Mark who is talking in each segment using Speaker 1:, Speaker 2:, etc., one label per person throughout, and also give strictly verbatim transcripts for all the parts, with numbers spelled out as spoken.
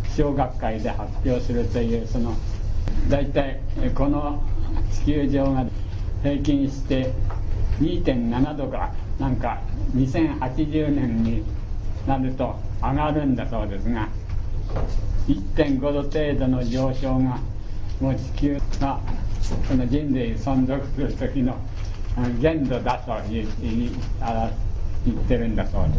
Speaker 1: 気象学会で発表するという、その大体この地球上が平均して にてんなな 度がなんかにせんはちじゅうねんになると上がるんだそうですが、いってんご 度程度の上昇がもう地球がこの人類存続する時の限度だと言ってるんだそうです。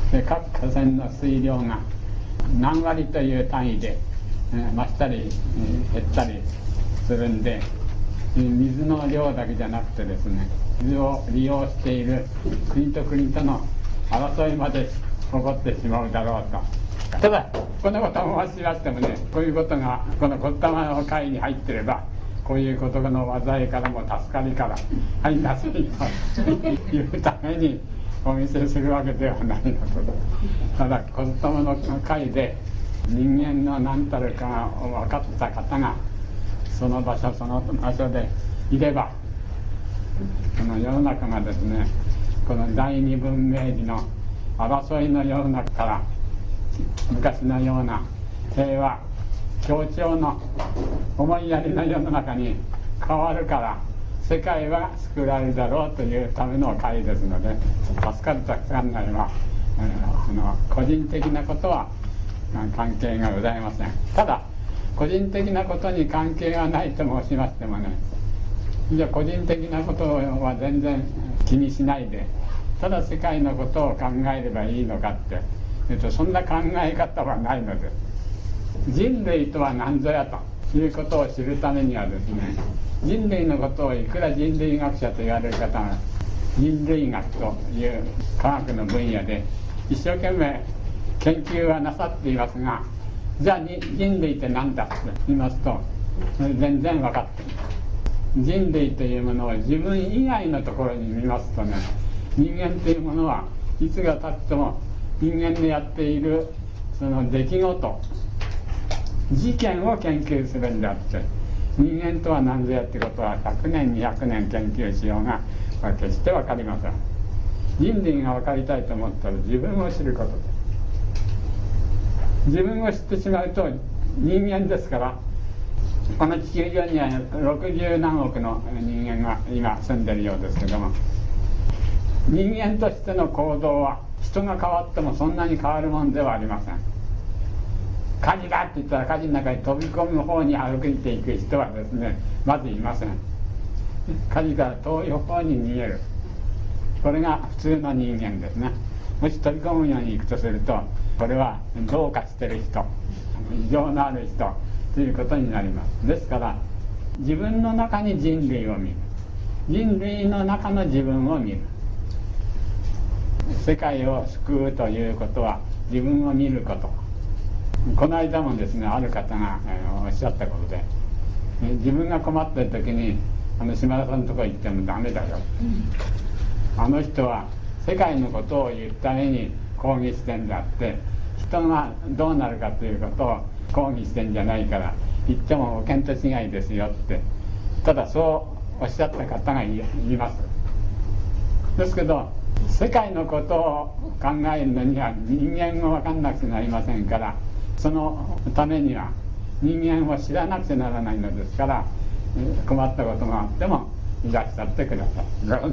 Speaker 1: で、各河川の水量が何割という単位で増したり減ったりするんで、水の量だけじゃなくてですね、水を利用している国と国との争いまで起こってしまうだろうと。ただこんなことを申し上げてもね、こういうことがこの言霊の会に入ってれば、こういうことの災いからも助かりからはいなさいというためにお見せするわけではないのと。ただ言霊の会で人間の何たるかが分かった方がその場所その場所でいれば、この世の中がですね、この第二文明時の争いの世の中から昔のような平和協調の思いやりの世の中に変わるから世界は救われるだろうというための会ですので、助かる助かんないはあの個人的なことは関係がございません。ただ個人的なことに関係がないと申しましてもね、じゃあ個人的なことは全然気にしないで、ただ世界のことを考えればいいのかって、えっと、そんな考え方はないのです。人類とは何ぞやということを知るためにはですね、人類のことをいくら人類学者と言われる方が人類学という科学の分野で一生懸命研究はなさっていますが、じゃあ人類って何だって言いますと全然分かっていない。人類というものを自分以外のところに見ますとね、人間というものはいつが経っても人間のやっているその出来事事件を研究するんであって、人間とは何ぞやってことはひゃくねんにひゃくねん研究しようが決して分かりません。人類が分かりたいと思ったら自分を知ることです。自分を知ってしまうと人間ですから、この地球上にはろくじゅうなんおくの人間が今住んでるようですけども、人間としての行動は人が変わってもそんなに変わるものではありません。火事だって言ったら火事の中に飛び込む方に歩いていく人はですね、まずいません。火事から遠い方に逃げる、これが普通の人間ですね。もし飛び込むように行くとすると、これはどうかしてる人、異常のある人ということになります。ですから自分の中に人類を見る、人類の中の自分を見る。世界を救うということは自分を見ること。この間もですね、ある方がおっしゃったことで、自分が困っている時にあの島田さんのところ行ってもダメだよ、あの人は世界のことを言うために抗議してんだって、人がどうなるかということを抗議してんじゃないから言ってもお見当違いですよって、ただそうおっしゃった方が言います。ですけど世界のことを考えるのには人間が分かんなくてなりませんから、そのためには人間を知らなくてならないのですから、困ったことがあってもいらっしゃってください。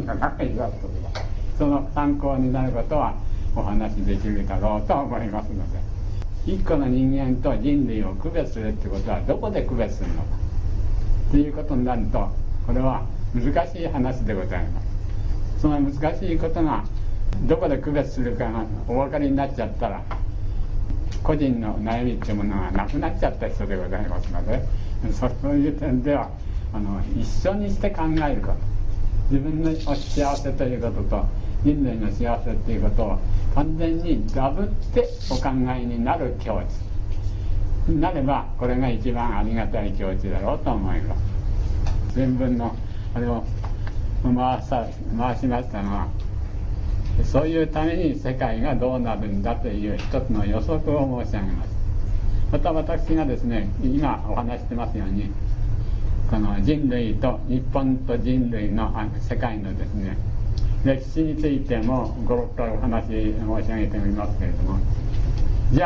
Speaker 1: その参考になることはお話しできるだろうと思いますので、一個の人間と人類を区別するってことはどこで区別するのかということになると、これは難しい話でございます。その難しいことがどこで区別するかがお分かりになっちゃったら、個人の悩みっていうものがなくなっちゃった人でございますので、そういう点ではあの一緒にして考えること、自分の幸せということと人類の幸せということを完全にダブってお考えになる境地になれば、これが一番ありがたい境地だろうと思います。全文のあれを回さ回しましたのは、そういうために世界がどうなるんだという一つの予測を申し上げます。また私がですね、今お話してますように、この人類と日本と人類の世界のですね歴史についてもごろっかいお話申し上げておりますけれども、じゃあ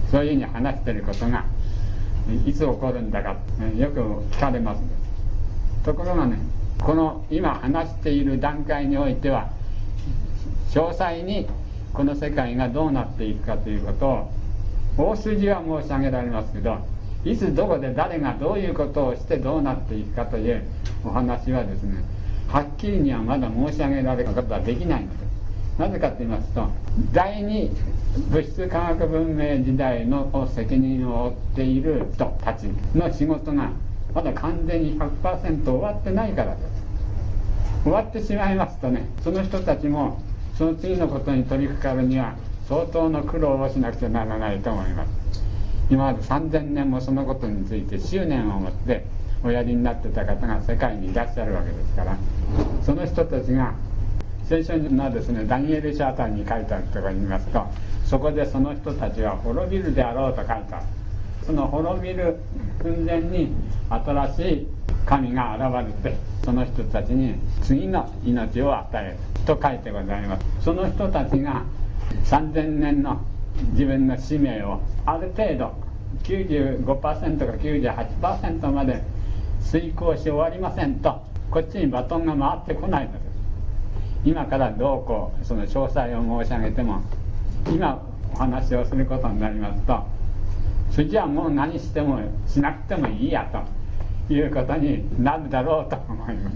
Speaker 1: そういうふうに話していることがいつ起こるんだかよく聞かれます。ところがね、この今話している段階においては詳細にこの世界がどうなっていくかということを大筋は申し上げられますけど、いつどこで誰がどういうことをしてどうなっていくかというお話はですね、はっきりにはまだ申し上げられることはできないのです。なぜかと言いますと、第二物質科学文明時代の責任を負っている人たちの仕事がまだ完全に ひゃくパーセント 終わってないからです。終わってしまいますとね、その人たちもその次のことに取り掛かるには相当の苦労をしなくちゃならないと思います。今までさんぜんねんもそのことについて執念を持っておやりになってた方が世界にいらっしゃるわけですから、その人たちが聖書のですね、ダニエル書あたりに書いてあるとか言いますと、そこでその人たちは滅びるであろうと書いてある。その滅びる寸前に新しい神が現れて、その人たちに次の命を与えると書いてございます。その人たちがさんぜんねんの自分の使命をある程度 きゅうじゅうごパーセント か きゅうじゅうはちパーセント まで遂行し終わりませんと、こっちにバトンが回ってこないのです。今からどうこうその詳細を申し上げても、今お話をすることになりますと、次はもう何してもしなくてもいいやということになるだろうと思います。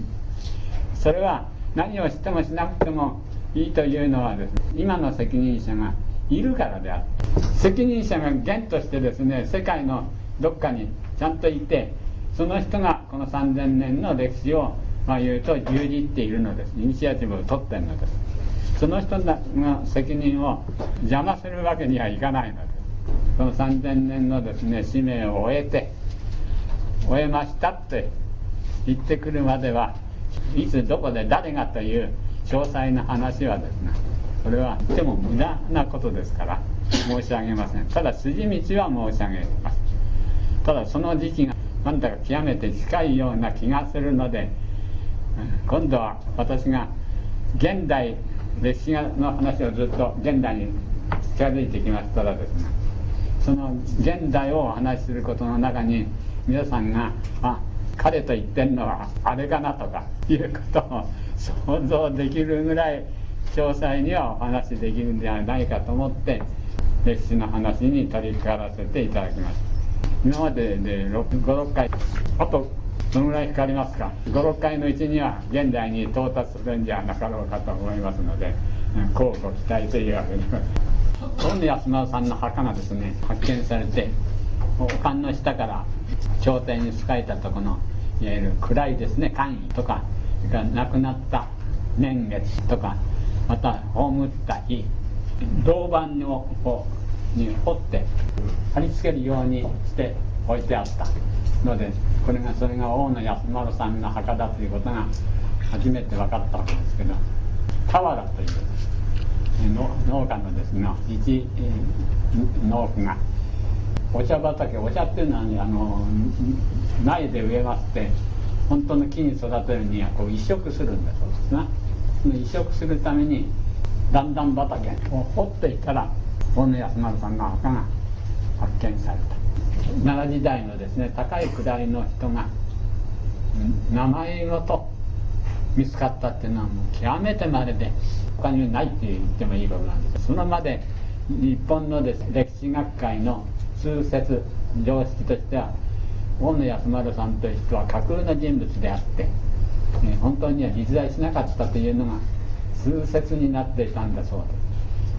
Speaker 1: それは何をしてもしなくてもいいというのはですね、今の責任者がいるからである。責任者が元としてですね、世界のどっかにちゃんといて、その人がこのさんぜんねんの歴史をまあ言うと牛耳っているのです。イニシアチブを取っているのです。その人の責任を邪魔するわけにはいかないのです。そのさんぜんねんのですね、使命を終えて終えましたって言ってくるまでは、いつどこで誰がという詳細な話はですね、それはとても無駄なことですから申し上げません。ただ筋道は申し上げます。ただその時期がなんだか極めて近いような気がするので、今度は私が現代歴史の話をずっと現代に近づいてきましたらですね、その現代をお話しすることの中に皆さんが「あ、彼と言ってるのはあれかな」とかいうことを想像できるぐらい詳細にはお話しできるんではないかと思って歴史の話に取り掛からせていただきました。今まででご、ろっかい、あとどのぐらいかかりますか。ご、ろっかいのうちには現代に到達するんじゃなかろうかと思いますので、乞うご期待というわけで、大野安丸さんの墓がですね発見されて、丘の下から頂点に仕えたところのいわゆる位ですね、官位とか、それから亡くなった年月とか、また葬った日、銅板をこうに彫って貼り付けるようにして置いてあったので、これがそれが大野安丸さんの墓だということが初めて分かったわけですけど、田原という農家のですね一農夫がお茶畑、お茶っていうのは、ね、あの苗で植えまして、本当の木に育てるにはこう移植するんだそうですな。その移植するために段々畑を掘っていたら大野安丸さんの墓が発見された。奈良時代のですね高い位の人が名前ごと見つかったっていうのはもう極めて稀で、他にないって言ってもいいことなんです。そのまで日本のです、ね、歴史学会の通説常識としては大野安丸さんという人は架空の人物であって、え本当には実在しなかったというのが通説になっていたんだそうです。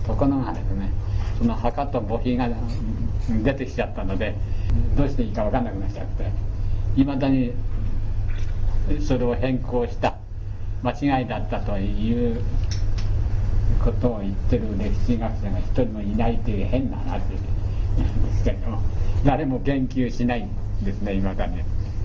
Speaker 1: ところがですね、その墓と墓碑が出てきちゃったのでどうしていいか分かんなくなっちゃって、いまだにそれを変更した間違いだったということを言ってる歴史学者が一人もいないという変な話ですけども、誰も言及しないんですね、いまだに、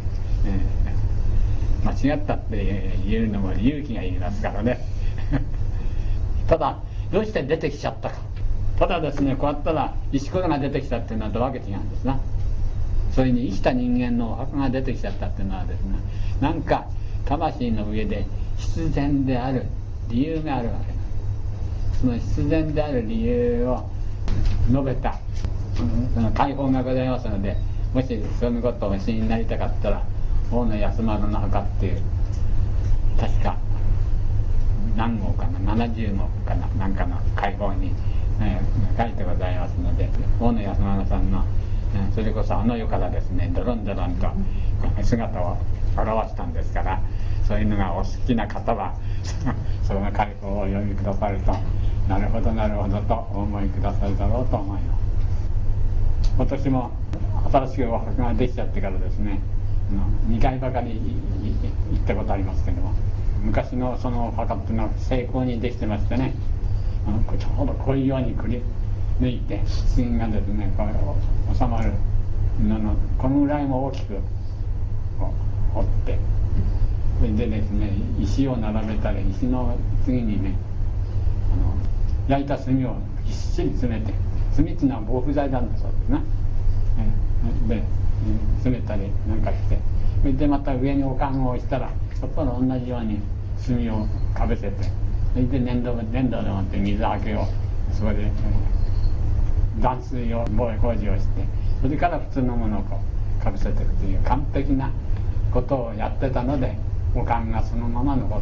Speaker 1: えー、間違ったっていうのも勇気がいりますからねただどうして出てきちゃったか、ただですね、こうやったら石ころが出てきたっていうのはどわけ違うんですな。そういうふうに生きた人間のお墓が出てきちゃったっていうのはですね、なんか魂の上で必然である理由があるわけです。その必然である理由を述べたその解放がございますので、もしそのことをお知りになりたかったら大野安丸の墓っていう確か何号かなななじゅう号かななんかの解放に、えー、書いてございますので、大野安丸さんの、えー、それこそあの世からですねドロンドロンと姿を現したんですから、そういうのがお好きな方はその解放をお読みくださると、なるほどなるほどとお思いくださるだろうと思います。私も新しくお墓ができちゃってからですね、にかいばかり行ったことありますけども、昔のそのお墓っていうのは精巧にできてましてね、ちょうどこういうようにくり抜いて芯がですねこう収まるののこのぐらいも大きく掘って、それでですね石を並べたり、石の次にねあの焼いた炭をぎっしり詰めて、炭っていうのは防腐剤なんだそうですね。で詰めたりなんかして、それでまた上におかんを置いたらそこから同じように炭をかぶせて、それで粘土粘土でもって水はけをそこで、えー、断水を防工事をして、それから普通のものをこうかぶせていくという完璧なことをやってたので、おかんがそのまま残った。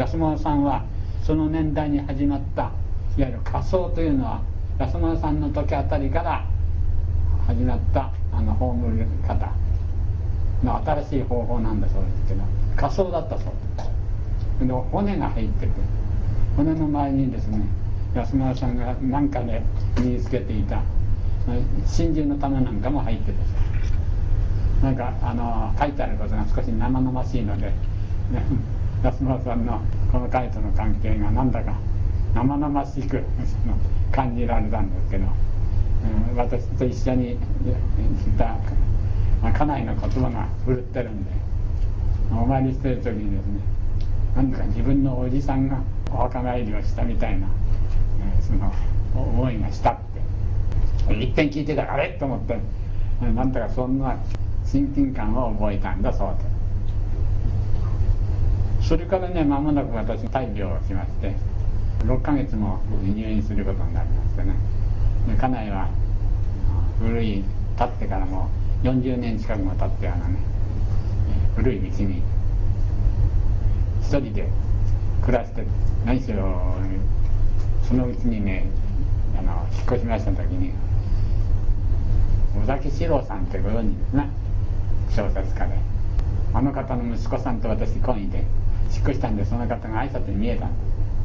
Speaker 1: 安丸さんはその年代に始まったいわゆる仮装というのは安丸さんの時あたりから始まったあの葬り方の新しい方法なんだそうですけど、仮装だったそうです。で骨が入ってくる、骨の周りにですね安丸さんが何かで身につけていた真珠の玉なんかも入ってて、なんかあの書いてあることが少し生々しいので、ね、安丸さんのこの回との関係がなんだか生々しく感じられたんですけど、うん、私と一緒にした家内の言葉が振るってるんで、お参りしてる時にですね、なんだか自分のおじさんがお墓参りをしたみたいな、えー、その思いがしたって、一遍聞いてたらあれと思って、なんだかそんな親近感を覚えたんだそうです。それからね間もなく私大病をしまして、ろっかげつも入院することになりましてね、家内は古い経ってからもよんじゅうねん近くも経ってあのね古い道に一人で暮らして、何しろそのうちにねあの引っ越しました時に尾崎史郎さんってご存知ですね、小説家で、あの方の息子さんと私懇意で引っ越したんで、その方が挨拶に見えたんです。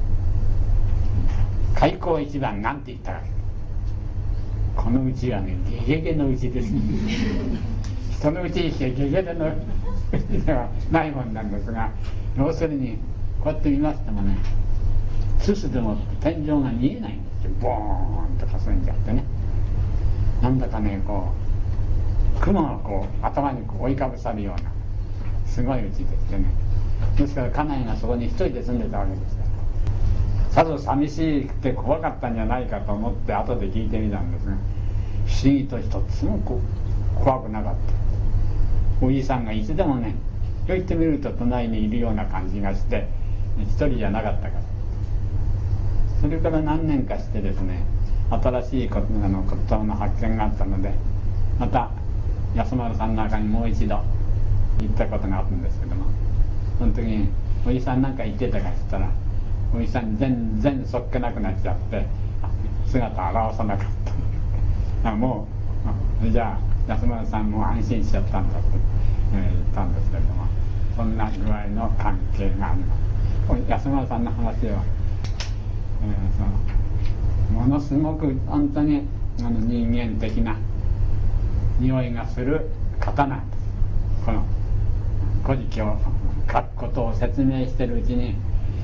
Speaker 1: 開口一番なんて言ったか、このうちはねゲゲゲのうちです人のうちにしてゲゲゲのうちではないもんなんですが、要するにこうやって見ましてもね、すすでも天井が見えないんですよ。ボーンとかすんじゃってね、なんだかねこう雲がこう頭にこう覆いかぶさるようなすごいうちでしてね、ですから家内がそこに一人で住んでたわけですよ。さぞ寂しくて怖かったんじゃないかと思って後で聞いてみたんですが、不思議と一つもこ怖くなかった。おじさんがいつでもね言ってみると隣にいるような感じがして一人じゃなかったから。それから何年かしてですね新しいことのことの発見があったので、また安丸さんの中にもう一度行ったことがあるんですけども、その時におじさんなんか言ってたかしたら、おじさん全然そっけなくなっちゃって姿を現さなかったもうじゃあ安丸さんも安心しちゃったんだって、えー、言ったんですけれども、そんな具合の関係があります。安丸さんの話は、えー、そのものすごく本当にあの人間的な匂いがする方なんです。この「古事記」を書くことを説明しているうちに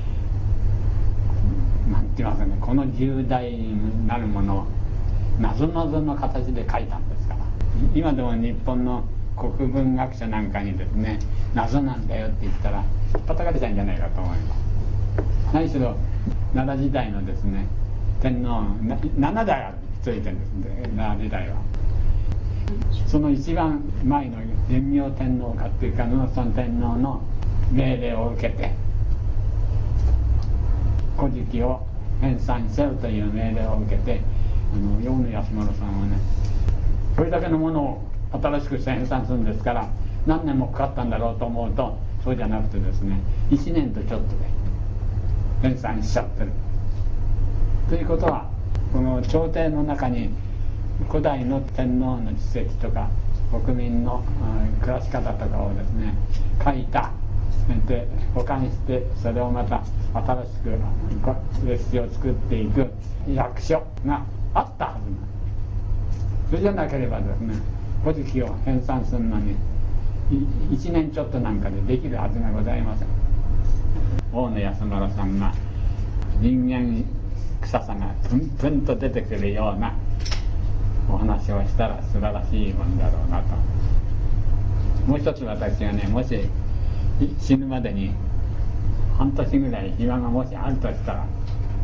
Speaker 1: なんて言いますかね、この重大になるものをなぞなぞの形で書いたんですから、今でも日本の国文学者なんかにですね謎なんだよって言ったらひっぱたかれちゃうんじゃないかと思います。何しろ奈良時代のですね天皇ななだいあついてるんですね、奈良時代は。その一番前の元明天皇かっていうかその天皇の命令を受けて「古事記」を編纂せよという命令を受けての大野安丸さんはね、それだけのものを新しくして編纂するんですから、何年もかかったんだろうと思うと、そうじゃなくてですね、いちねんとちょっとで編纂しちゃってる。ということは、この朝廷の中に古代の天皇の実績とか国民の暮らし方とかをですね書いたで保管して、それをまた新しく歴史を作っていく役所があったはずなんです。それじゃなければですね、古事記を編纂するのにいちねんちょっとなんかでできるはずがございません。大野安丸さんが人間臭さがプンプンと出てくるようなお話をしたら素晴らしいもんだろうなと。もう一つ私がね、もし死ぬまでに半年ぐらい暇がもしあるとしたら、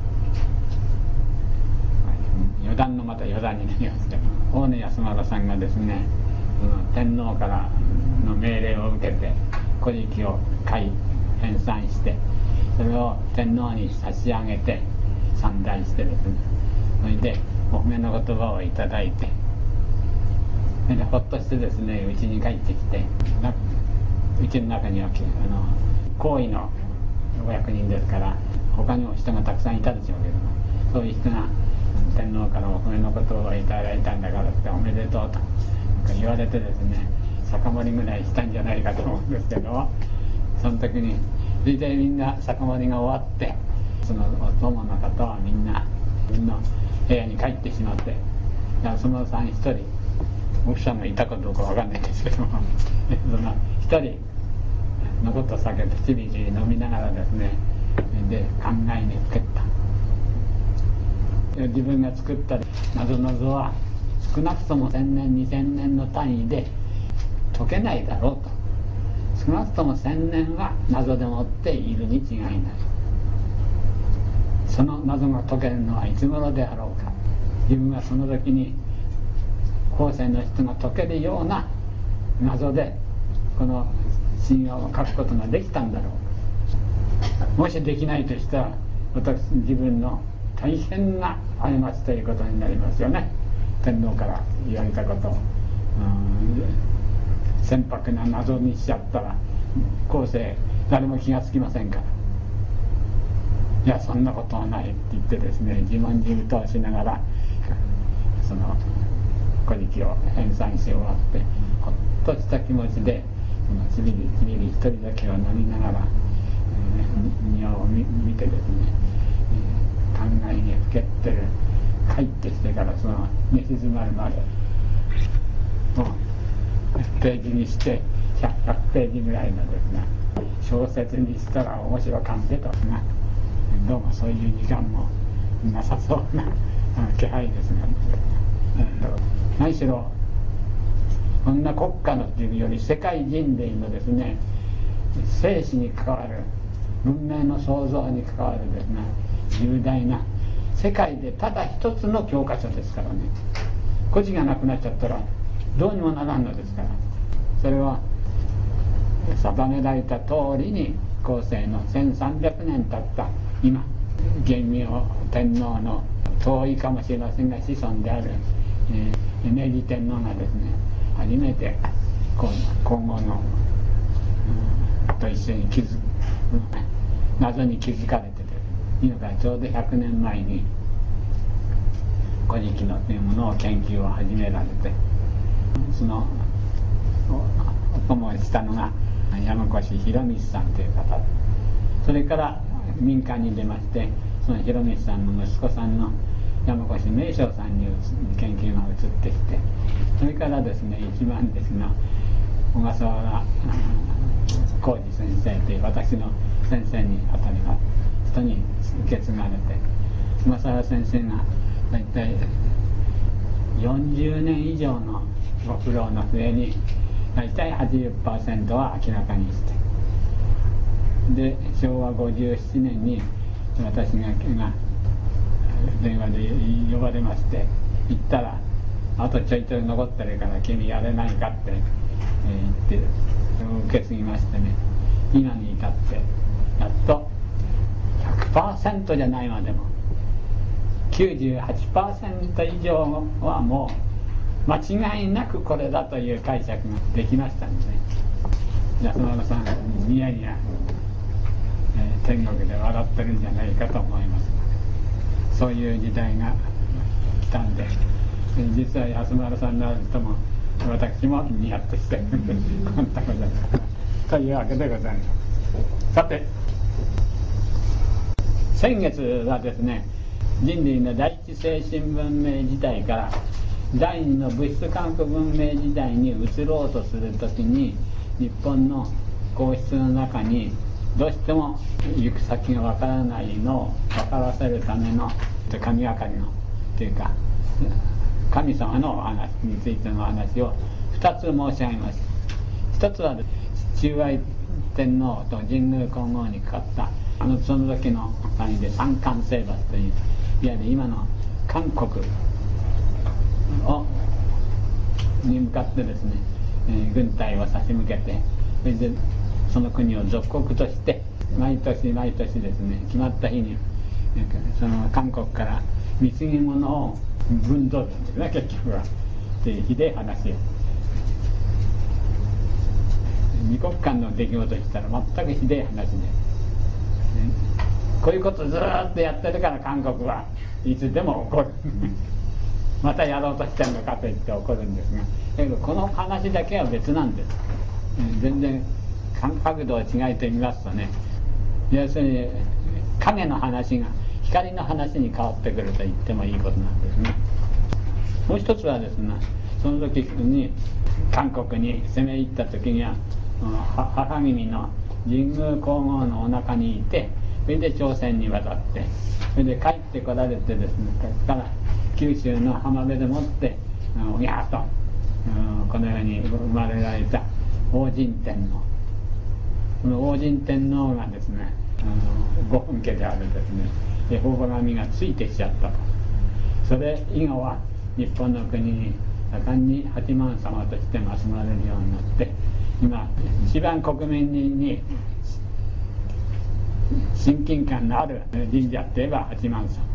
Speaker 1: 余談のまた余談になりますけど、大野安丸さんがですね、天皇からの命令を受けて古事記を書い編纂して、それを天皇に差し上げて参拝してですね、それでお褒めの言葉をいただいて、それでほっとしてですね、うちに帰ってきて、うちの中にはあの皇位のお役人ですから、他にも人がたくさんいたでしょうけども、そういう人が天皇からお褒めの言葉をいただいたんだからっておめでとうと言われてですね、酒盛りぐらいしたんじゃないかと思うんですけど、その時にそれでみんな酒盛りが終わって、そのお供の方はみんな自分の部屋に帰ってしまって、安丸さん一人、奥さんがいたかどうかわかんないんですけどもその一人残った酒とちびちび飲みながらですね、で考えにふけった。自分が作った謎々は少なくともせんねんにせんねんの単位で解けないだろうと。少なくともせんねんは謎でもっているに違いない。その謎が解けるのはいつ頃であろうか。自分はその時に後世の人が解けるような謎でこの神話を書くことができたんだろう。もしできないとしたら、私自分の大変な過ちということになりますよね。天皇から言われたことを船舶な謎にしちゃったら後世誰も気がつきませんから、いやそんなことはないって言ってですね、自問自答しながらその古事記を編纂し終わって、ほっとした気持ちでそのちびりちびり一人だけを飲みながら、えー、庭を 見, 見てですね、えー、考えにふけってる。帰ってきてからその寝静まるまでもうページにしてひゃくページぐらいのですね小説にしたら面白かんでとな、どうもそういう時間もなさそうな気配ですが、何しろこんな国家のというより世界人類のですね生死に関わる文明の創造に関わるですね重大な世界でただ一つの教科書ですからね。古事がなくなっちゃったらどうにもならんのですから、それは定められた通りに後世のせんさんびゃくねん経った今、元明天皇の遠いかもしれませんが子孫である、えー、明治天皇がですね初めて皇后の、うん、と一緒に気づく、うん、謎に気づかれて今からちょうどひゃくねんまえに古事記のというものを研究を始められて、そのお供をしたのが山越博光さんという方、それから民間に出まして、その博光さんの息子さんの山越明正さんに研究が移ってきて、それからですね一番ですが小笠原浩二先生という私の先生にあたります人に受け継がれて、小笠原先生が大体よんじゅうねん以上のご苦労の末に大体 はちじゅっパーセント は明らかにして、でしょうわごじゅうななねんに私が電話で呼ばれまして、行ったら「あとちょいちょい残ってるから君やれないか」って、えー、言って受け継ぎましてね、今に至ってやっと ひゃくパーセント じゃないまでもきゅうじゅうはちパーセント 以上はもう間違いなくこれだという解釈ができましたので、安丸さんニヤニヤ、えー、天国で笑ってるんじゃないかと思います。そういう時代が来たんで、実は安丸さんになるとも私もニヤッとしてるんでこんなことですというわけでございます。さて、先月はですね、人類の第一精神文明時代から第二の物質科学文明時代に移ろうとするときに、日本の皇室の中にどうしても行く先がわからないのを分からせるための神がかりのというか神様のお話についての話をふたつ申し上げます。ひとつは中愛天皇と神宮皇后にかかったあのその時の単位で三冠征伐という、いわゆる今の韓国をに向かってですね、えー、軍隊を差し向けて、それでその国を属国として毎年毎年ですね、決まった日にその韓国から貢ぎ物を分取るんですね、結局は。っていうひでえ話を二国間の出来事したら全くひでえ話で、ね、こういうことずーっとやってるから韓国はいつでも怒るまたやろうとしてるのかと言って怒るんですが、だけどこの話だけは別なんです。全然角度を違いと言いますとね、要するに影の話が光の話に変わってくると言ってもいいことなんですね。もう一つはですね、その時に韓国に攻め入った時には母君の神宮皇后のお腹にいて、それで朝鮮に渡って、それで帰ってこられてですね、そこから九州の浜辺でもっておぎゃーっとこの世に生まれられた王神天皇、この王神天皇がですね、ご本家であるですねエホバ神がついてきちゃったと。それ以後は日本の国に盛んに八幡様としても集まれるようになって、今一番国民にに親近感のある神社といえば八幡様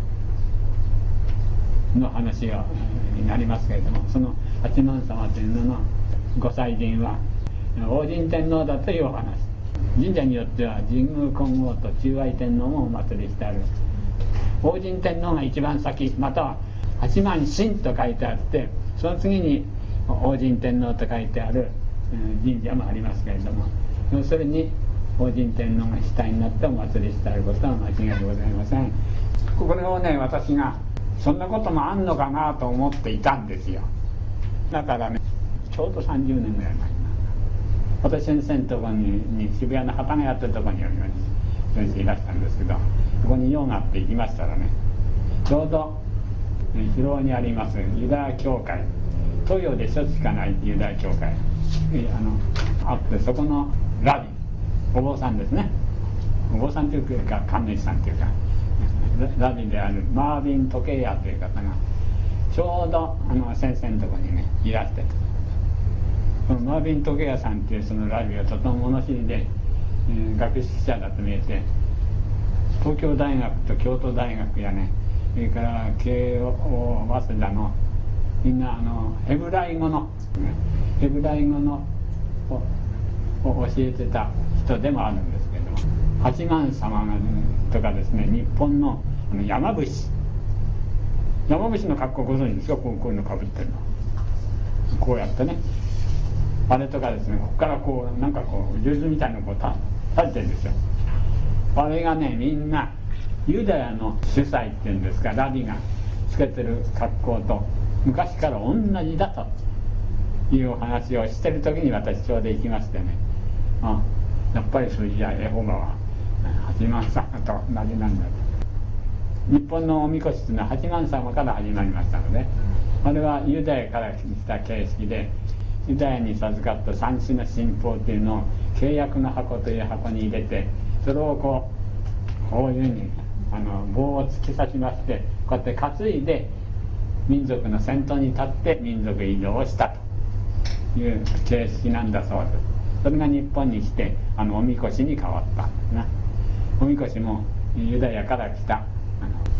Speaker 1: の話がになりますけれども、その八幡様というののご祭神は王神天皇だというお話。神社によっては神宮皇后と中愛天皇もお祭りしてある。王神天皇が一番先、または八幡神と書いてあって、その次に王神天皇と書いてある神社もありますけれども、要するに王神天皇が主体になってお祭りしてあることは間違いでございません。これをね、私がそんなこともあんのかなと思っていたんですよ。だからね、ちょうどさんじゅうねんぐらい前に私先生のところ に, に渋谷の旗がやってるところに先生いらしたんですけど、ここに用があって行きましたらね、ちょうど広尾にありますユダヤ教会、東洋で一つしかないユダヤ教会あのあって、そこのラビお坊さんですね、お坊さんというか神主さんというかラビであるマービン・トケイヤという方がちょうどあの先生のところにねいらしてて、このマービン・トケイヤさんっていうそのラビはとても物知りで、えー、学識者だと見えて、東京大学と京都大学やね、それから慶応早稲田のみんなあのヘブライ語のヘブライ語のを教えてた人でもあるんですけれども、八幡様がとかですね、日本のあの山伏山伏の格好ご存知ですか？こう、こういうのかぶってるの、こうやってね、あれとかですね、ここからこうなんかこう竜頭みたいなのこう立ってるんですよ。あれがね、みんなユダヤの主催っていうんですか、ラビがつけてる格好と昔から同じだというお話をしてる時に私ちょうど行きましてね、あ、やっぱりそれじゃエホバは八幡様と同じなんだと。日本のおみこしというのは八幡様から始まりましたので、あれはユダヤから来た形式で、ユダヤに授かった三種の神宝というのを契約の箱という箱に入れて、それをこうこういうふうにあの棒を突き刺しまして、こうやって担いで民族の先頭に立って民族移動をしたという形式なんだそうです。それが日本に来てあのおみこしに変わったんですね。おみこしもユダヤから来たあの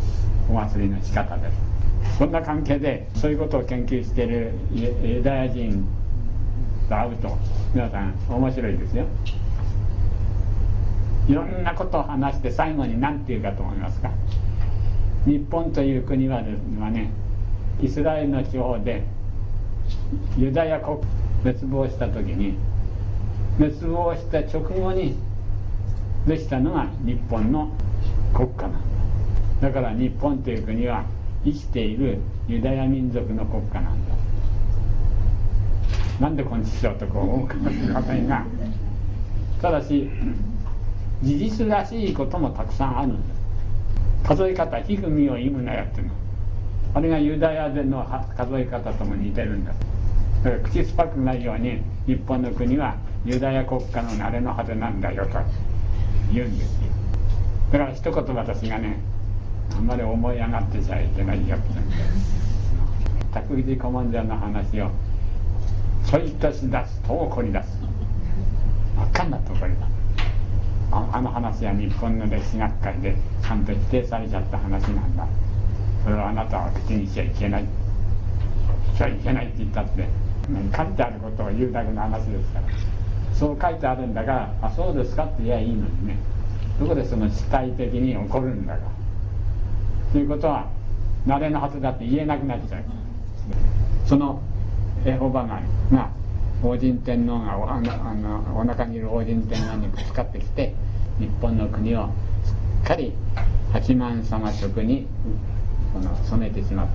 Speaker 1: お祭りの仕方です。そんな関係でそういうことを研究しているユダヤ人と会うと皆さん面白いですよ。いろんなことを話して最後に何て言うかと思いますか。日本という国はですね、イスラエルの地方でユダヤ国滅亡した時に、滅亡した直後にできたのが日本の国家なんだ。だから日本という国は生きているユダヤ民族の国家なんだ。なんでこんにちはとこう思うかもしれませんが、ただし事実らしいこともたくさんあるんです。数え方、ひふみを意むなやっていうの、あれがユダヤでの数え方とも似てるんです。だから口酸っぱくないように日本の国はユダヤ国家の慣れの果てなんだよと言うんですよ。だから一言私がね、あんまり思い上がってちゃいけないよって言うんです。託児古文書の話をちょいとし出すと怒り出す。真っ赤になって怒り出す。あ, あの話は日本の歴史学会でちゃんと否定されちゃった話なんだ。それはあなたは口にしちゃいけない。しちゃいけないって言ったって、書いてあることを言うだけの話ですから。そう書いてあるんだから、あ、そうですかって言えばいいのにね。どこでその主体的に怒るんだか。ということは、慣れのはずだって言えなくなっちゃう。そのエホバがが王神天皇があのあのお腹にいる王神天皇にぶつかってきて、日本の国をすっかり八幡様職にこの染めてしまった。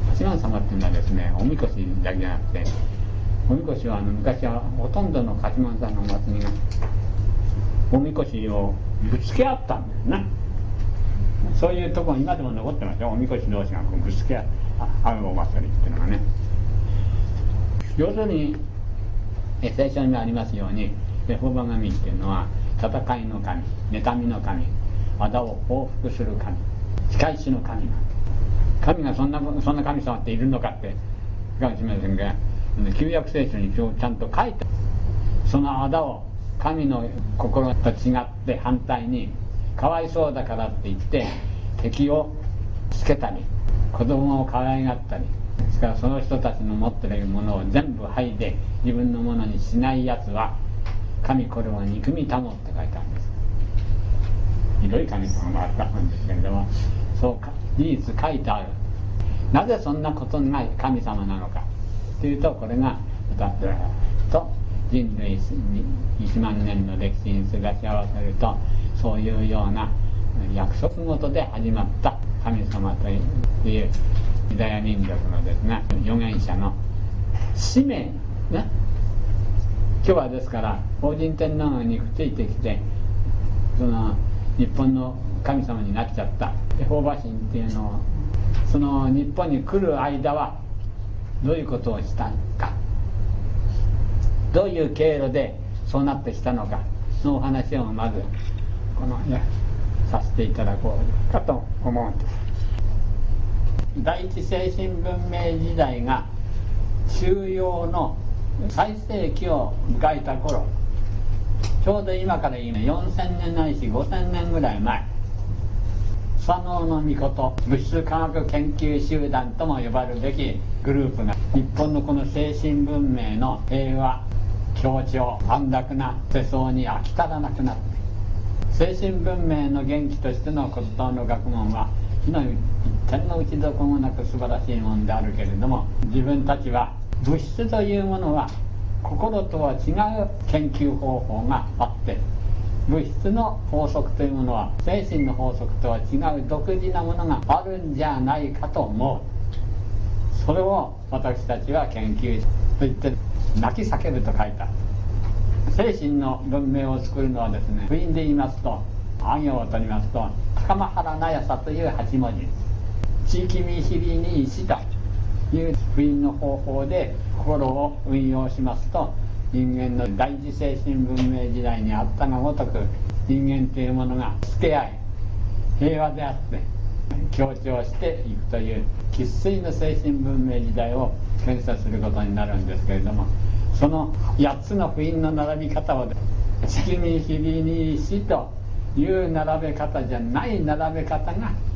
Speaker 1: 八幡様っていうのはですね、おみこしだけじゃなくて、おみこしはあの昔はほとんどの八幡さんのお祭りがおみこしをぶつけ合ったんですね。そういうところ今でも残ってますよ。おみこし同士がこうぶつけ合うお祭りっていうのがね。要するに聖書にありますように、エホバ神っていうのは戦いの神、妬みの神、仇を報復する神、仕返しの神なんです。神がそんなそんな神様っているのかってかもしれませんが、旧約聖書にちゃんと書いて、その仇を神の心と違って反対にかわいそうだからって言って敵をつけたり、子供を可愛がったり、ですからその人たちの持っているものを全部剥いで自分のものにしないやつは神これは憎みたもって書いてあるんです。ひどい神様もあったんですけれども、そうか事実書いてある。なぜそんなことが神様なのかというと、これがだと人類にいちまんねんの歴史にすがし合わせると、そういうような約束事で始まった神様というユダヤ民族のですね、預言者の使命ね。今日はですから王神天皇にくっついてきて、その日本の神様になっちゃったエホバ神っていうのを、その日本に来る間はどういうことをしたのか、どういう経路でそうなってきたのかのお話をまずこの、ね、させていただこうかと思うんです。第一精神文明時代が中庸の最盛期を迎えた頃、ちょうど今から言うよんせんねんないしごせんねんぐらい前、スワノオノミコト物質科学研究集団とも呼ばれるべきグループが日本のこの精神文明の平和、協調、安楽な世相に飽き足らなくなって、精神文明の元気としての骨董の学問は火の一点の打ちどころもなく素晴らしいものであるけれども、自分たちは物質というものは心とは違う研究方法があって、物質の法則というものは精神の法則とは違う独自なものがあるんじゃないかと思う。それを私たちは研究と言って泣き叫ぶと書いた。精神の文明を作るのはですね、部員で言いますと、あ行を取りますと高間原那やさというはち文字、地域見日々に石という部員の方法で心を運用しますと、人間の第一精神文明時代にあったがごとく、人間というものが助け合い平和であって協調していくという生粋の精神文明時代を検査することになるんですけれども、そのやっつの符印の並び方を月見日々に石という並べ方じゃない並べ方が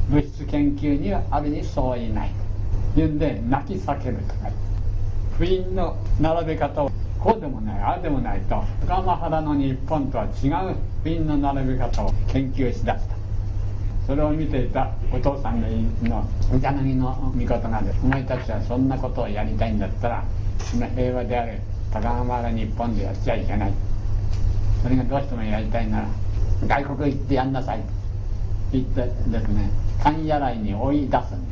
Speaker 1: 物質研究にはあるに相違ないというんで泣き叫ぶとか、符印の並べ方をこうでもないああでもないと高浜原の日本とは違う符印の並べ方を研究しだした。それを見ていたお父さんの柳の御事がです、お前たちはそんなことをやりたいんだったら今平和である高浜原日本でやっちゃいけない、それがどうしてもやりたいなら外国行ってやんなさいと言ってですね、勘柳に追い出すんです。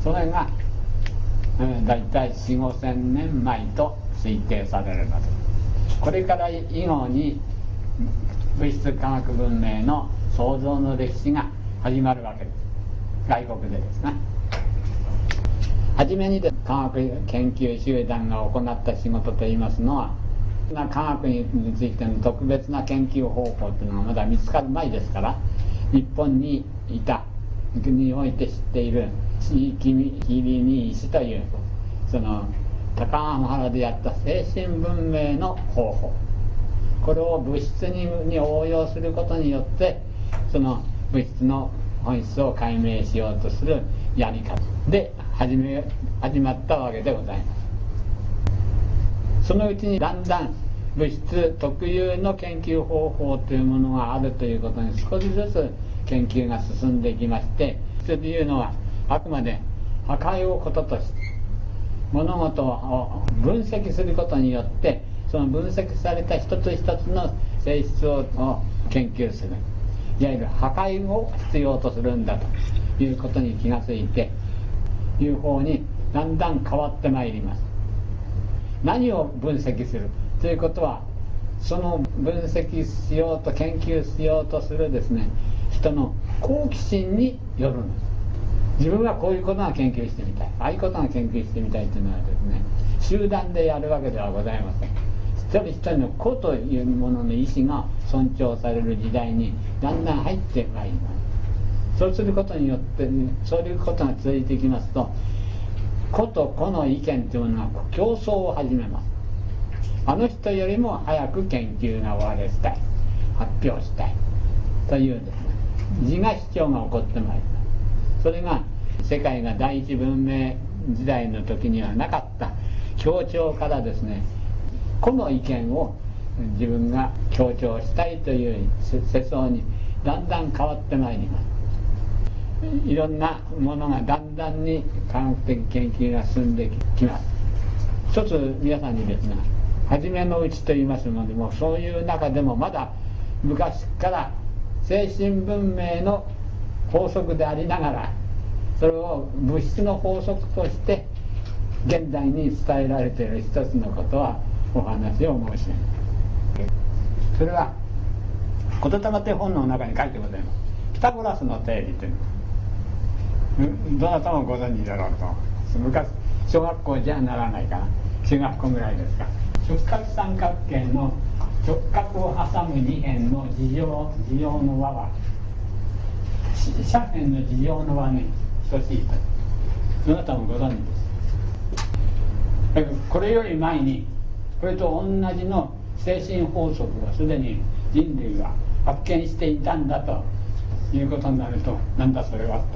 Speaker 1: それが、えー、大体よん、ごせんねんまえと推定されるのです。これから以後に物質科学文明の創造の歴史が始まるわけです。外国でですね。初めにで科学研究集団が行った仕事といいますのは、科学についての特別な研究方法というのがまだ見つかる前ですから、日本にいた国において知っている地域切りに石というその高浜原でやった精神文明の方法、これを物質にに応用することによってその物質の本質を解明しようとするやり方で始め始まったわけでございます。そのうちにだんだん物質特有の研究方法というものがあるということに少しずつ研究が進んでいきまして、物質というのはあくまで破壊をこととして物事を分析することによってその分析された一つ一つの性質を研究する、いわゆる破壊を必要とするんだということに気がついていう方にだんだん変わってまいります。何を分析するということは、その分析しようと研究しようとするですね人の好奇心によるのです。自分はこういうことが研究してみたい、ああいうことが研究してみたいというのはですね集団でやるわけではございません。一人一人の個というものの意思が尊重される時代にだんだん入ってまいります。そうすることによって、ね、そういうことが続いていきますと、個と個の意見というものが競争を始めます。あの人よりも早く研究が終わらせたい、発表したいというですね自我主張が起こってまいります。それが世界が第一文明時代の時にはなかった協調からですね、個の意見を自分が強調したいという世相にだんだん変わってまいります。いろんなものがだんだんに科学的研究が進んできます。一つ皆さんにですね、初めのうちと言いますのでもそういう中でもまだ昔から精神文明の法則でありながらそれを物質の法則として現代に伝えられている一つのことはお話を申し上げます。それは言霊という本の中に書いてございます。ピタゴラスの定理というの、どなたもご存知だろうと。昔小学校じゃならないかな、中学校ぐらいですか。直角三角形の直角を挟む二辺の事情事情の和は斜辺の事情の和に等しいと。どなたもご存知です。これより前にこれと同じの精神法則をすでに人類は発見していたんだということになると、なんだそれはって。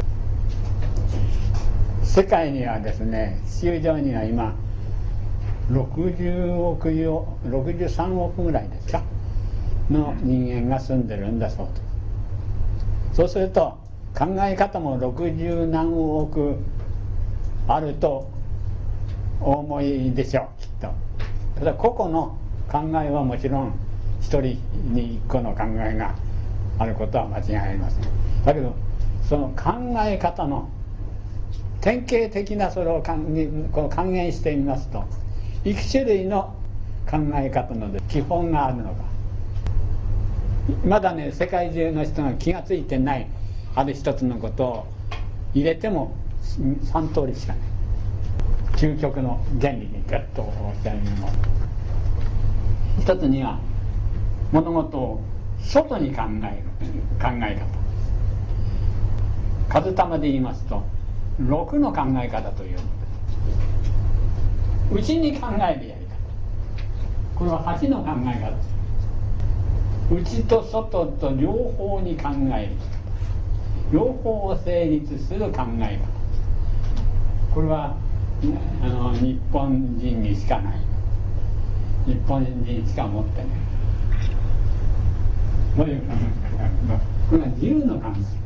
Speaker 1: 世界にはですね、地球上には今ろくじゅうおくよろくじゅうさんおくぐらいですかの人間が住んでるんだそうです。そうすると考え方もろくじゅうなんおくあるとお思いでしょう、きっと。ただ個々の考えはもちろん一人に一個の考えがあることは間違いありません。だけどその考え方の典型的なそれを還元してみますと、いく種類の考え方の基本があるのか、まだね世界中の人が気が付いてないある一つのことを入れてもさん通りしかない。究極の原理にガッとおっしゃるのは、一つには物事を外に考える考え方、数玉で言いますとろくの考え方というのです。内に考えるやり方、これははちの考え方です。内と外と両方に考える。 両方成立する考え方、これはあの日本人にしかない、日本人しか持ってない、どういう考え方か、これは自由の考え。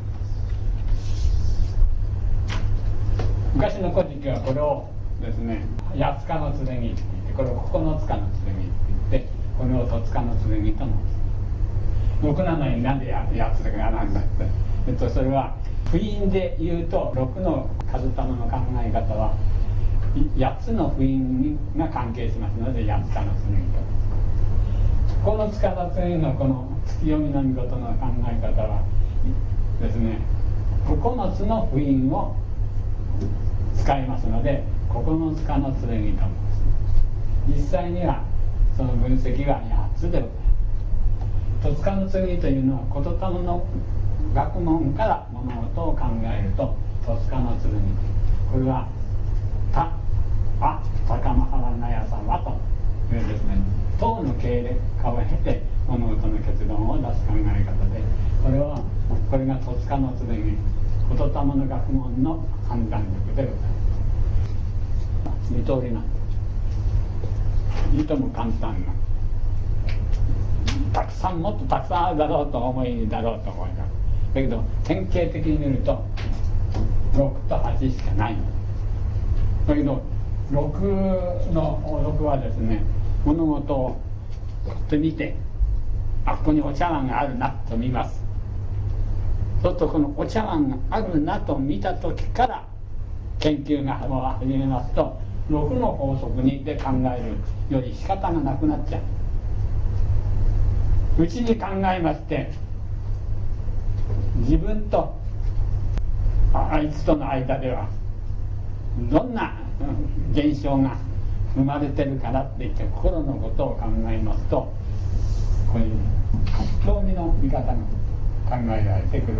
Speaker 1: 昔の古事記はこれをですね、八つかの剣って言って、これを九つかの剣って言って、これを十つかの剣と申す。六なのになんで八つがなんだって、えっと、それは符印で言うと六の数玉の考え方は八つの符印が関係しますので八つかの剣と。九つかの剣のこの月読みの御事の考え方はですね、九つの符印を使いますので九つかの剣と申す。実際にはその分析は八つでございます。十つかの剣というのは言霊の学問から物事を考えると十つかの剣、これは「た」「あ」「高間原那屋様」というですね、等の経歴化を経て物事の結論を出す考え方で、これはこれが十つかの剣、言霊の学問の判断力でございます。二通りなんです。いとも簡単な、たくさんもっとたくさんあるだろうと思いだろうと思います。だけど典型的に見るとろくとはちしかないのだけど、ろくのろくはですね、物事をこうやって見て、あ、ここにお茶碗があるなと見ます。そうするとこのお茶碗があるなと見た時から研究が始めますと、ろくの法則にで考えるより仕方がなくなっちゃう。うちに考えまして、自分とあいつとの間ではどんな現象が生まれてるからって言って心のことを考えますと、こういう興味の見方が考えられてくる。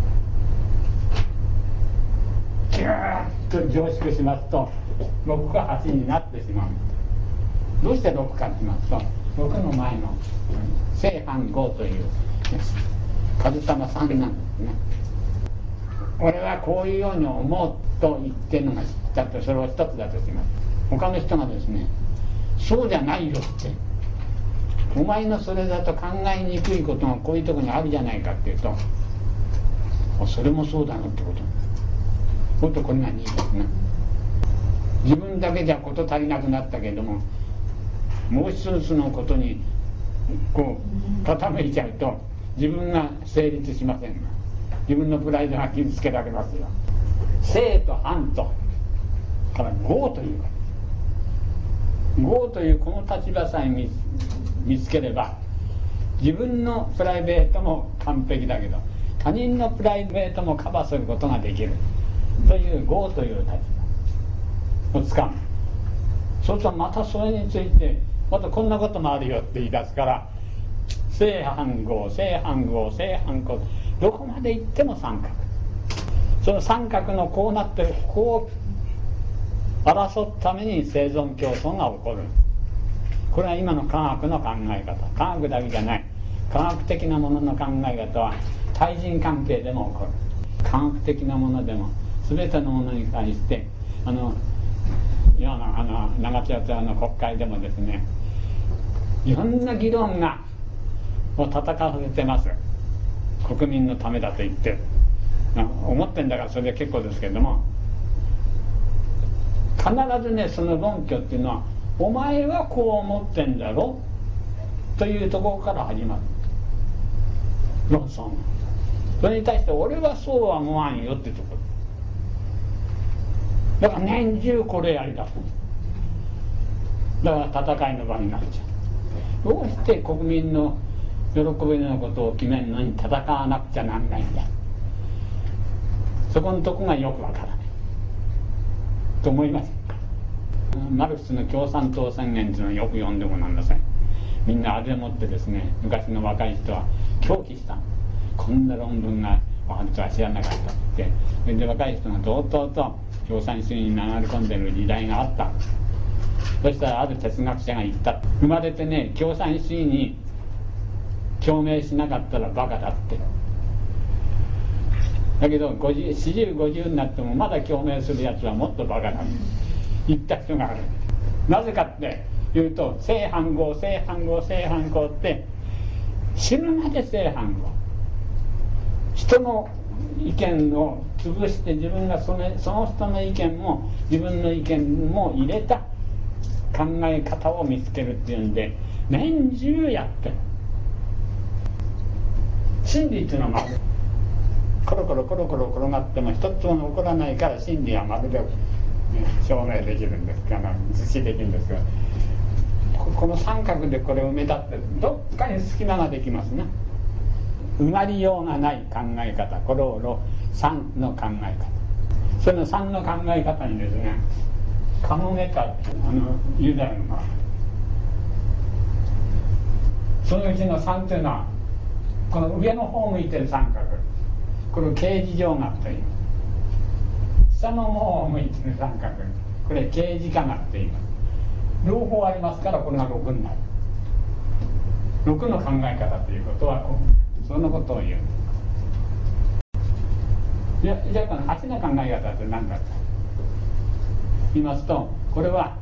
Speaker 1: ギューッと凝縮しますとろくかはちになってしまう。どうしてろくかと言いますと、ろくの前の正反合という数玉さんなんですね。俺はこういうように思うと言ってるのがだと、それを一つだとします。他の人がですね、そうじゃないよって、お前のそれだと考えにくいことがこういうところにあるじゃないかっていうと、それもそうだなってこと。そうとこれがにですね。自分だけじゃ事足りなくなったけれども、もう一つのことにこう傾いちゃうと自分が成立しませんが、自分のプライドが傷つけられますよ。正と反とから合という合というこの立場さえ 見, 見つければ、自分のプライベートも完璧だけど他人のプライベートもカバーすることができるという合という立場をつかむ。そうするとまたそれについてまたこんなこともあるよって言い出すから、正反合正反合正反合、どこまで行っても三角。その三角のこうなってるここを争うために生存競争が起こる。これは今の科学の考え方。科学だけじゃない、科学的なものの考え方は対人関係でも起こる。科学的なものでも全てのものに対して、あの今のあの長津町の国会でもですね、いろんな議論がを戦わせてます。国民のためだと言って思ってんだからそれで結構ですけれども、必ずね、その論拠っていうのはお前はこう思ってんだろというところから始まる論争。それに対して俺はそうは思わんよってところだから年中これやりだす。だから戦いの場になっちゃう。どうして国民の喜びのことを決めるのに戦わなくちゃなんないんだ。そこのとこがよくわからないと思いませんか。マルクスの共産党宣言というのをよく読んでごらんなさい。みんなあれでもってですね、昔の若い人は狂気した。こんな論文があるとは知らなかったって。それで若い人がとうとうと共産主義に流れ込んでる時代があった。そしたらある哲学者が言った。生まれてね、共産主義に共鳴しなかったらバカだって。 だけどよんじゅうごじゅうになってもまだ共鳴するやつはもっとバカだと言った人がある。なぜかっていうと、正反合正反合正反合って死ぬまで正反合、人の意見を潰して自分がその、その人の意見も自分の意見も入れた考え方を見つけるっていうんで年中やってる。真理っていうのはまるコロコロコロコロ転がっても一つも起こらないから真理はまるで、ね、証明できるんですあの実施できるんですが、この三角でこれを埋め立ってどっかに隙間ができますね。埋まりようがない考え方、これを三の考え方、その三の考え方にですね、カモメタってあのユダヤのがそのうちの三というのはこの上の方を向いてる三角、これを形而上学といいます。下の方を向いてる三角、これ形而化学といいます。両方ありますからこれがろくになる。ろくの考え方ということはそのことを言う。じゃじゃあこのはちの考え方って何だと言いますと、これは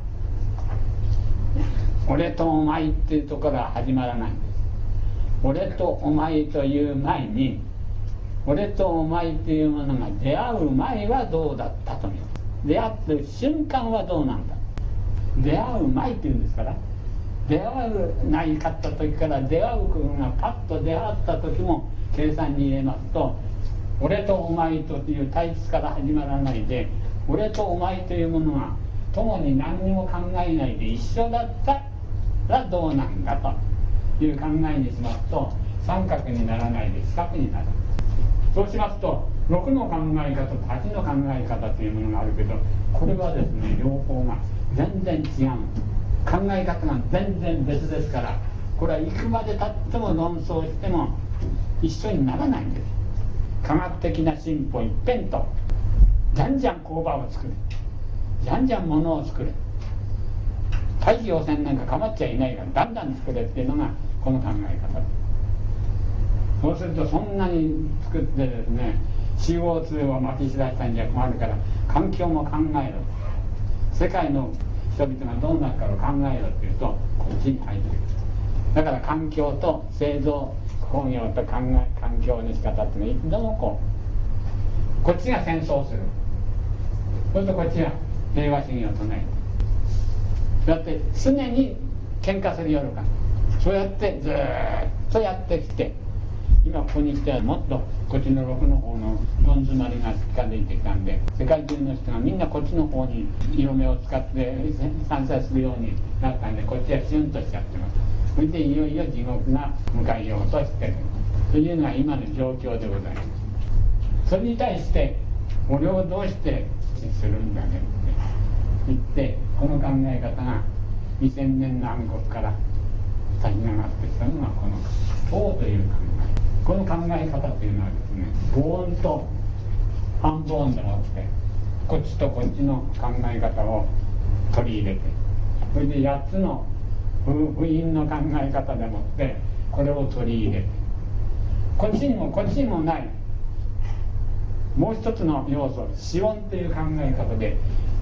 Speaker 1: 俺とお前っていうところは始まらないんです。俺とお前という前に、俺とお前というものが出会う前はどうだったと見る。出会ってる瞬間はどうなんだ。出会う前っていうんですから、出会うないかった時から出会う君がパッと出会った時も計算に入れますと、俺とお前という対立から始まらないで、俺とお前というものが共に何にも考えないで一緒だったらどうなんだという考えにしますと、三角にならないで四角になる。そうしますとろくの考え方とはちの考え方というものがあるけど、これはですね両方が全然違う。考え方が全然別ですから、これはいくまでたっても論争しても一緒にならないんです。科学的な進歩一辺とじゃんじゃん工場を作る、じゃんじゃん物を作る、大気汚染なんか構っちゃいないからだんだん作れっていうのがこの考え方です。そうするとそんなに作ってですね シーオーツー を巻き散らしたんじゃ困るから、環境も考えろ、世界の人々がどうなるかを考えろっていうとこっちに入ってくる。だから環境と製造工業と考え環境の仕方っていうのはいつでもこうこっちが戦争する、それとこっちが平和主義を唱える。だって常に喧嘩する夜か、そうやってずーっとやってきて、今ここに来てはもっとこっちのろくの方のどん詰まりが近づいてきたんで、世界中の人がみんなこっちの方に色目を使って散々するようになったんで、こっちはシュンとしちゃってます。それでいよいよ地獄が迎えようとしてるというのが今の状況でございます。それに対して俺をどうしてするんだねって言って、この考え方がにせんねんの暗黒から先が上がってきたのがこの党という考え。この考え方というのはですね、ボーンと半ボーンでもってこっちとこっちの考え方を取り入れて、それでやっつの部員の考え方でもってこれを取り入れて、こっちにもこっちにもないもう一つの要素、資本という考え方で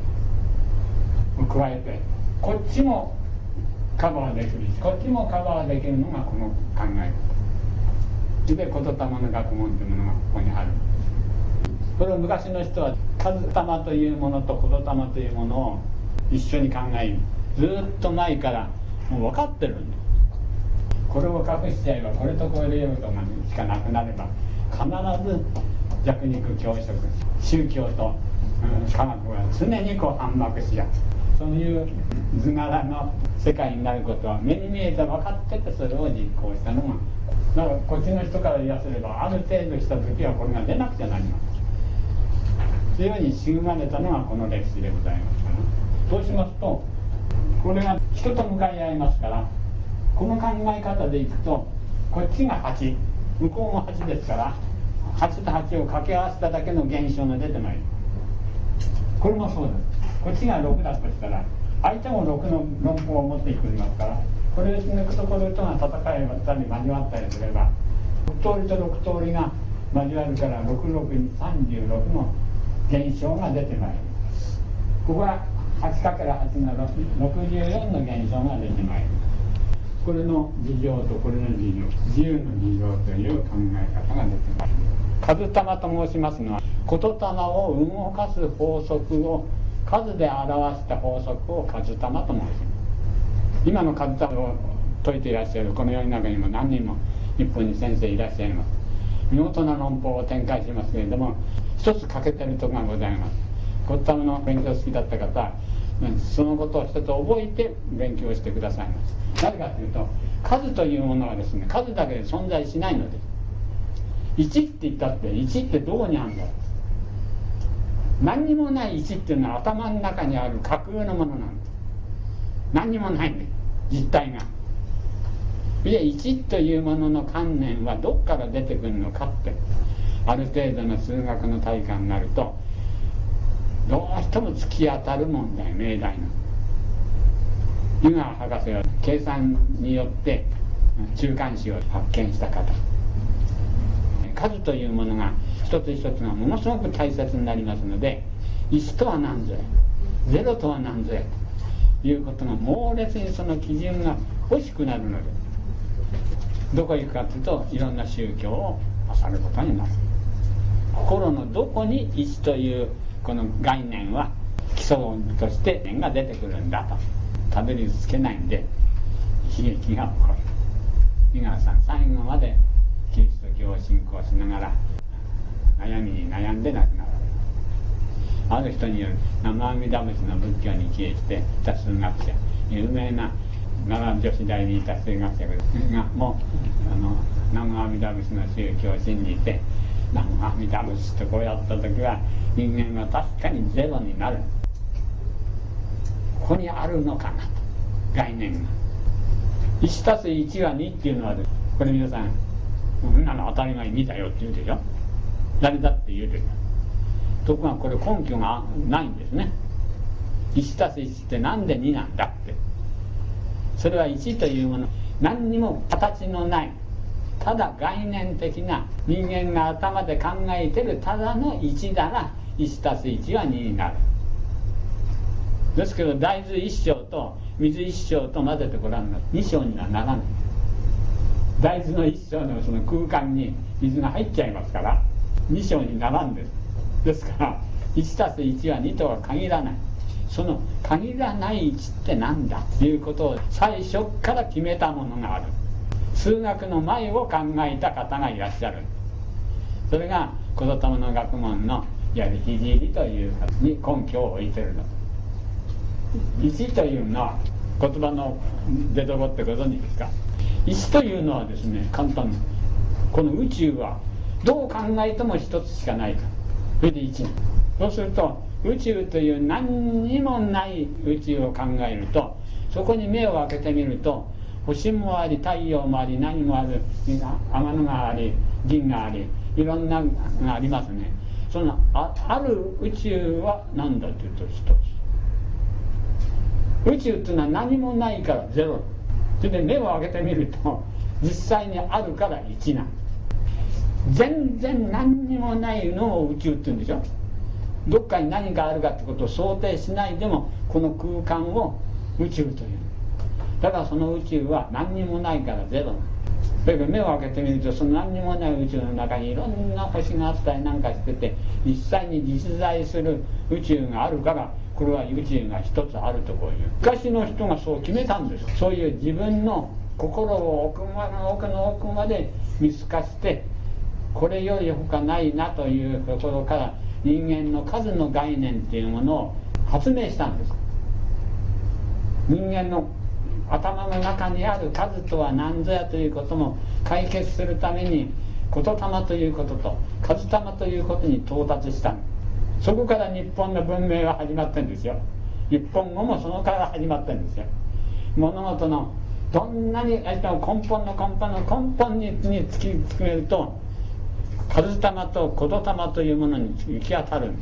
Speaker 1: 加えて、こっちもカバーできるしこっちもカバーできるのがこの考え方で、言霊の学問というものがここにある。これを昔の人は数玉というものと言霊というものを一緒に考える、ずっと前からもう分かってるんだ。これを隠しちゃえばこれとこれでとがしかなくなれば必ず弱肉強食、宗教と、うん、科学は常にこう反幕し合う、そういう図柄の世界になることは目に見えて分かってて、それを実行したのが、だからこっちの人から言わせればある程度した時はこれが出なくちゃなります。というように仕組まれたのがこの歴史でございますから、そうしますとこれが人と向かい合いますから、この考え方でいくとこっちがはち、向こうもはちですから、はちとはちを掛け合わせただけの現象が出てまいる。これもそうです。こっちがろくだとしたら相手もろくの論法を持ってくりますから、これを抜くところとが戦いたり交わったりすればろく通りとろく通りが交わるからろくろくにさんじゅうろくの現象が出てまいります。ここは はちかけるはち のろくじゅうよんの現象が出てまいります。これの事情とこれの事情、自由の事情という考え方が出てまいります。数玉と申しますのは、言霊を動かす法則を数で表した法則を数玉と申します。今の数玉を説いていらっしゃるこの世の中にも何人も日本に先生いらっしゃいます。見事な論法を展開しますけれども、一つ欠けてるところがございます。言霊の勉強好きだった方はそのことを一つ覚えて勉強してくださいます。なぜかというと、数というものはですね、数だけで存在しないのです。いちって言ったっていちってどこにあるんだ。何にもないいちっていうのは頭の中にある架空のものなんです。何にもないんです、実体が。でいちというものの観念はどこから出てくるのかって、ある程度の数学の大家になるとどうしても突き当たる問題、命題の湯川博士は計算によって中間子を発見した方。数というものが一つ一つがものすごく大切になりますので、いちとは何ぞや、ゼロとは何ぞやということが猛烈にその基準が欲しくなるので、どこへ行くかというといろんな宗教を漁ることになる。心のどこにいちというこの概念は基礎として念が出てくるんだとたどり着けないんで悲劇が起こる。井川さん最後までキリスト教を信仰しながら悩みに悩んで亡くなる。ある人による南無阿弥陀仏の仏教に帰依していた数学者、有名な奈良女子大にいた数学者がもうあの南無阿弥陀仏の宗教を信じて、南無阿弥陀仏とこうやった時は人間は確かにゼロになる。ここにあるのかなと、概念が。いちたすいちはにっていうのは、これ皆さんそんなの当たり前ににだよって言うでしょ。誰だって言うでしょ。ところがこれ根拠がないんですね。いちたすいちってなんでになんだって。それはいちというもの、何にも形のない、ただ概念的な人間が頭で考えてるただのいちならいちたすいちはにになる。ですけど大豆いっ升と水いっ升と混ぜてごらんなさい。に升にはならない。大豆のいっ升のその空間に水が入っちゃいますからに升にならんです。ですからいちたすいちはにとは限らない。その限らないいちってなんだということを最初から決めたものがある。数学の前を考えた方がいらっしゃる。それが言霊の学問のいわゆる聖理というに根拠を置いてるの。いちというのは言葉の出どこってご存知ですか。いちというのはですね、簡単にこの宇宙はどう考えても一つしかないから、それでいち。そうすると宇宙という何にもない宇宙を考えると、そこに目を開けてみると星もあり太陽もあり何もある、天のがあり銀がありいろんながありますね。その あ, ある宇宙は何だというと一つ。宇宙っていうのは何もないからゼロ。それで目を開けてみると実際にあるからいちなんです。全然何にもないのを宇宙って言うんでしょ。どっかに何かあるかってことを想定しないでもこの空間を宇宙という。だからその宇宙は何にもないからゼロなんです。だけど目を開けてみるとその何にもない宇宙の中にいろんな星があったりなんかしてて、実際に実在する宇宙があるからこれは宇宙が一つあるとこういう。昔の人がそう決めたんです。そういう自分の心を奥の奥の奥まで見透かしてこれより他ないなというところから人間の数の概念っていうものを発明したんです。人間の頭の中にある数とは何ぞやということも解決するために言霊ということと数霊ということに到達したんです。そこから日本の文明は始まってるんですよ。日本語もそのから始まってるんですよ。物事のどんなに根本の根本の根本に突き詰めると数霊と言霊というものに行き当たるんです。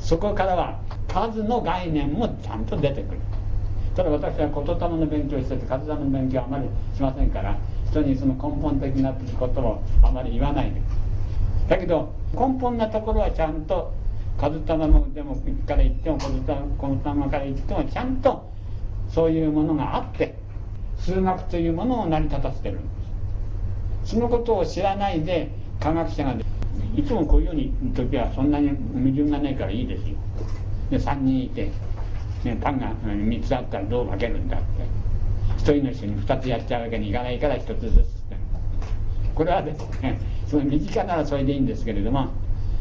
Speaker 1: そこからは数の概念もちゃんと出てくる。ただ私は言霊の勉強をしてて数霊の勉強はあまりしませんから人にその根本的なことをあまり言わないで、 だけど根本なところはちゃんと数玉のでもから言っても数玉から言ってもちゃんとそういうものがあって数学というものを成り立たせてるんです。そのことを知らないで科学者がいつもこういうように言う時はそんなに矛盾がないからいいですよ。でさんにんいて、ね、パンがみっつあったらどう分けるんだってひとりの人にふたつやっちゃうわけにいかないからひとつずつってこれはですねその身近ならそれでいいんですけれども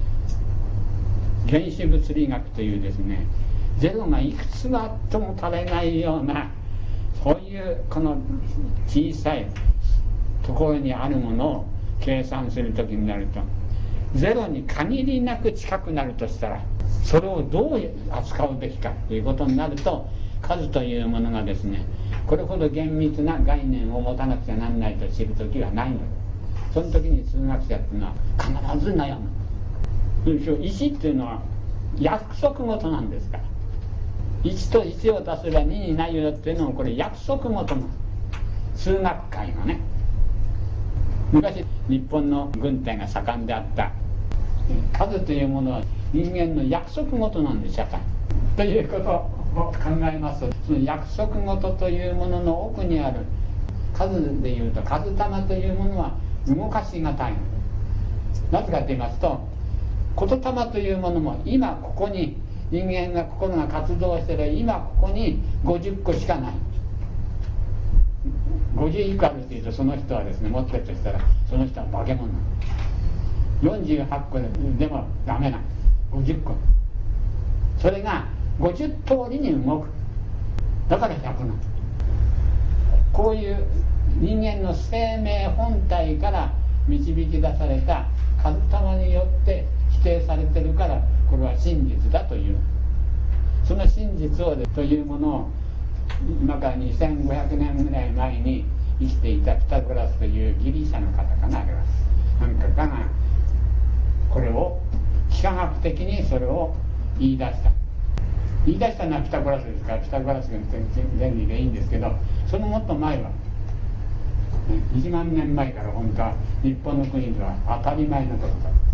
Speaker 1: 原子物理学というですねゼロがいくつがあっても足れないようなそういうこの小さいところにあるものを計算する時になるとゼロに限りなく近くなるとしたらそれをどう扱うべきかということになると数というものがですねこれほど厳密な概念を持たなくちゃなんないと知る時はないのです。その時に数学者っていうのは必ず悩む。いちっていうのは約束事なんですからいちといちを足せばにになるよっていうのもこれ約束事の数学界のね昔日本の軍隊が盛んであった数というものは人間の約束事なんです社会ということを考えますとその約束事というものの奥にある数でいうと数玉というものは動かしがたいのです。なぜかと言いますと言霊というものも今ここに人間が心が活動している今ここにごじゅっこしかない。ごじゅういくあるというとその人はですね持ってるとしたらその人は化け物なんです。よんじゅうはちこでもダメなんです。ごじゅっこそれがごじゅう通りに動く。だからひゃくなんです。こういう人間の生命本体から導き出された数玉によって否定されてるからこれは真実だというその真実をというものを今からにせんごひゃくねんぐらい前に生きていたピタゴラスというギリシャの方かなあれはなんかがこれを幾何学的にそれを言い出した言い出したのはピタゴラスですからピタゴラスが原理でいいんですけどそのもっと前はいちまんねんまえから本当は日本の国では当たり前のことだ